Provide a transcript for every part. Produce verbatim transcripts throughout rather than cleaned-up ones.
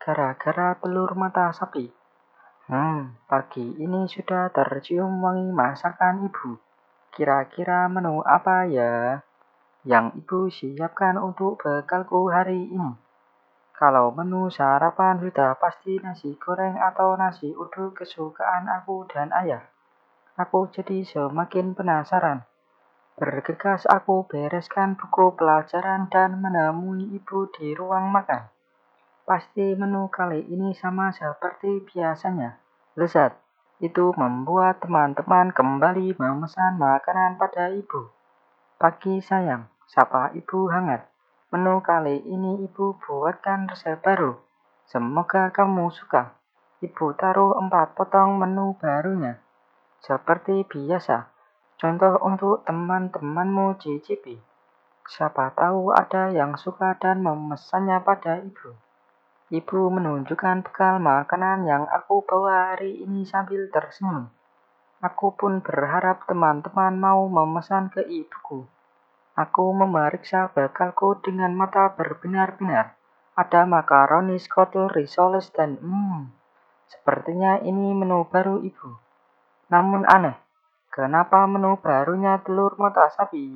gara-gara telur mata sapi. Hmm, pagi ini sudah tercium wangi masakan ibu. Kira-kira menu apa ya yang ibu siapkan untuk bekalku hari ini? Kalau menu sarapan sudah pasti nasi goreng atau nasi uduk kesukaan aku dan ayah. Aku jadi semakin penasaran. Bergegas aku bereskan buku pelajaran dan menemui ibu di ruang makan. Pasti menu kali ini sama seperti biasanya. Lezat. Itu membuat teman-teman kembali memesan makanan pada ibu. Pagi sayang, sapa ibu hangat. Menu kali ini ibu buatkan resep baru. Semoga kamu suka. Ibu taruh empat potong menu barunya. Seperti biasa. Contoh untuk teman-temanmu cicipi. Siapa tahu ada yang suka dan memesannya pada ibu. Ibu menunjukkan bekal makanan yang aku bawa hari ini sambil tersenyum. Aku pun berharap teman-teman mau memesan ke ibuku. Aku memeriksa bekalku dengan mata berbinar-binar. Ada makaroni skotel risoles dan hmm, sepertinya ini menu baru ibu. Namun aneh, kenapa menu barunya telur mata sapi?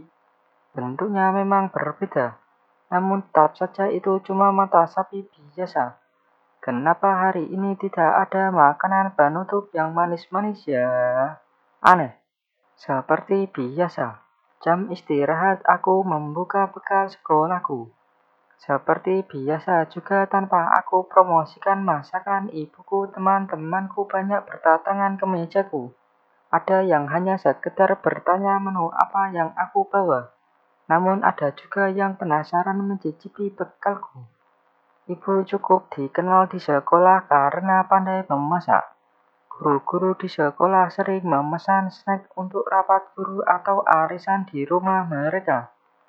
Bentuknya memang berbeda. Namun tetap saja itu cuma mata sapi biasa. Kenapa hari ini tidak ada makanan penutup yang manis-manis ya? Aneh. Seperti biasa, jam istirahat aku membuka bekal sekolahku. Seperti biasa juga tanpa aku promosikan masakan ibuku, teman-temanku banyak berdatangan ke mejaku. Ada yang hanya sekedar bertanya menu apa yang aku bawa. Namun ada juga yang penasaran mencicipi bekalku. Ibu cukup dikenal di sekolah karena pandai memasak. Guru-guru di sekolah sering memesan snack untuk rapat guru atau arisan di rumah mereka.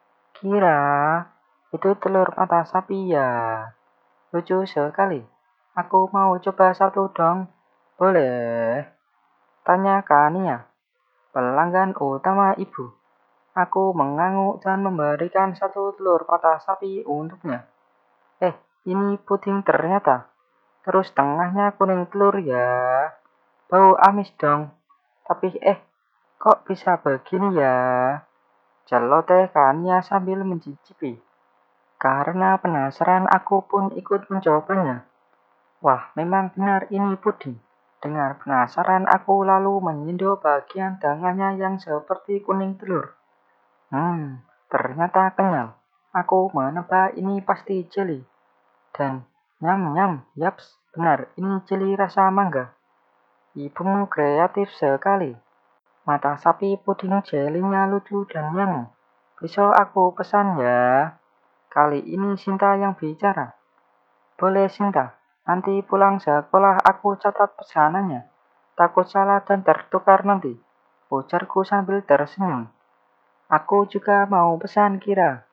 Kira, itu telur mata sapi ya? Lucu sekali. Aku mau coba satu dong. Boleh? Tanya Kania, pelanggan utama ibu. Aku mengangguk dan memberikan satu telur mata sapi untuknya. Eh, ini puding ternyata. Terus tengahnya kuning telur ya. Bau amis dong. Tapi eh, kok bisa begini ya? Celoteh Kania sambil mencicipi. Karena penasaran aku pun ikut mencobanya. Wah, memang benar ini puding. Dengan penasaran aku lalu menyendok bagian tengahnya yang seperti kuning telur. Hmm, ternyata kenyal. Aku menebak ini pasti jeli. Dan nyam-nyam, yaps, benar, ini jeli rasa mangga. Ibumu kreatif sekali. Mata sapi puding jelinya lucu dan nyam. Besok aku pesan ya. Kali ini Sinta yang bicara. Boleh Sinta, nanti pulang sekolah aku catat pesanannya. Takut salah dan tertukar nanti. Ujarku sambil tersenyum. Aku juga mau pesan Kira.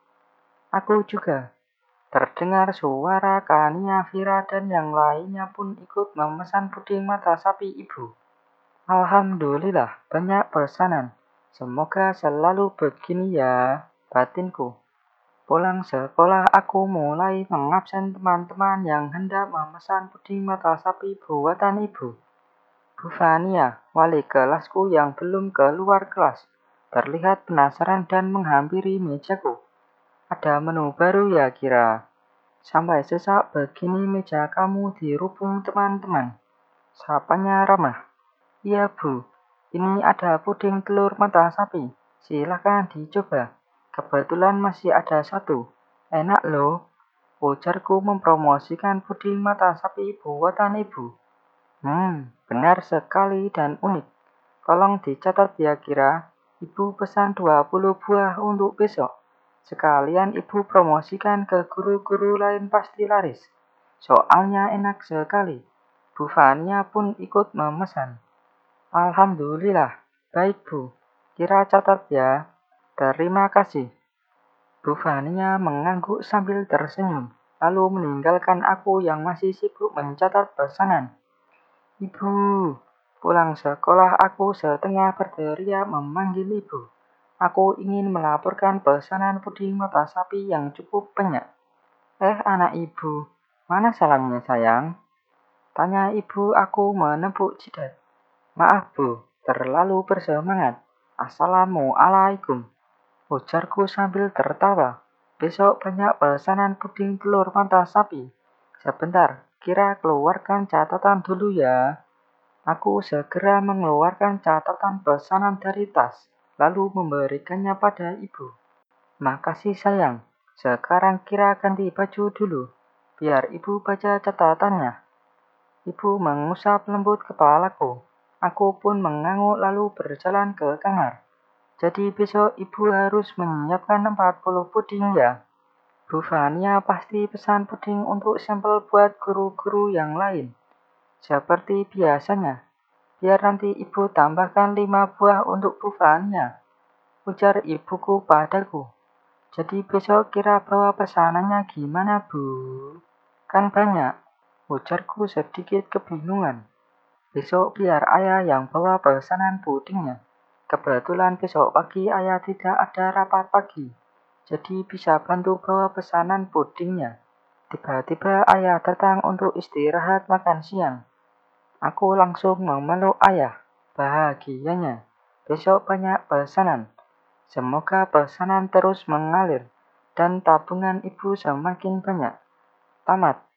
Aku juga. Terdengar suara Kania, Vira, dan yang lainnya pun ikut memesan puding mata sapi ibu. Alhamdulillah, banyak pesanan. Semoga selalu begini ya, batinku. Pulang sekolah aku mulai mengabsen teman-teman yang hendak memesan puding mata sapi buatan ibu. Bu Fania, wali kelasku yang belum keluar kelas, terlihat penasaran dan menghampiri mejaku. Ada menu baru ya Kira? Sampai sesak begini meja kamu dirubung teman-teman. Sapanya ramah. Iya Bu, ini ada puding telur mata sapi. Silakan dicoba. Kebetulan masih ada satu. Enak loh. Ujarku mempromosikan puding mata sapi buatan ibu. Hmm, benar sekali dan unik. Tolong dicatat ya Kira. Ibu pesan dua puluh buah untuk besok. Sekalian ibu promosikan ke guru-guru lain pasti laris. Soalnya enak sekali. Bu Fania pun ikut memesan. Alhamdulillah, baik Bu. Kira catat ya. Terima kasih. Bu Fania mengangguk sambil tersenyum, lalu meninggalkan aku yang masih sibuk mencatat pesanan. Ibu, pulang sekolah aku setengah berteriak memanggil ibu. Aku ingin melaporkan pesanan puding mata sapi yang cukup banyak. Eh anak ibu, Mana salamnya sayang? Tanya ibu aku menepuk jidat. Maaf bu, terlalu bersemangat. Assalamualaikum, ujarku sambil tertawa. Besok banyak pesanan puding telur mata sapi. Sebentar, kira keluarkan catatan dulu ya. Aku segera mengeluarkan catatan pesanan dari tas, lalu memberikannya pada ibu. Makasih sayang, sekarang kira ganti baju dulu, biar ibu baca catatannya. Ibu mengusap lembut kepalaku. Aku pun mengangguk lalu berjalan ke kamar. Jadi besok ibu harus menyiapkan empat puluh puding ya. Bu Fania pasti pesan puding untuk sampel buat guru-guru yang lain. Seperti biasanya, biar nanti ibu tambahkan lima buah untuk Bu Fania, ujar ibuku padaku. Jadi besok kira bawa pesanannya gimana bu? Kan banyak, ujarku sedikit kebingungan. Besok biar ayah yang bawa pesanan pudingnya. Kebetulan besok pagi ayah tidak ada rapat pagi, jadi bisa bantu bawa pesanan pudingnya. Tiba-tiba ayah datang untuk istirahat makan siang. Aku langsung memeluk ayah, bahagianya. Besok banyak pesanan. Semoga pesanan terus mengalir dan tabungan ibu semakin banyak. Tamat.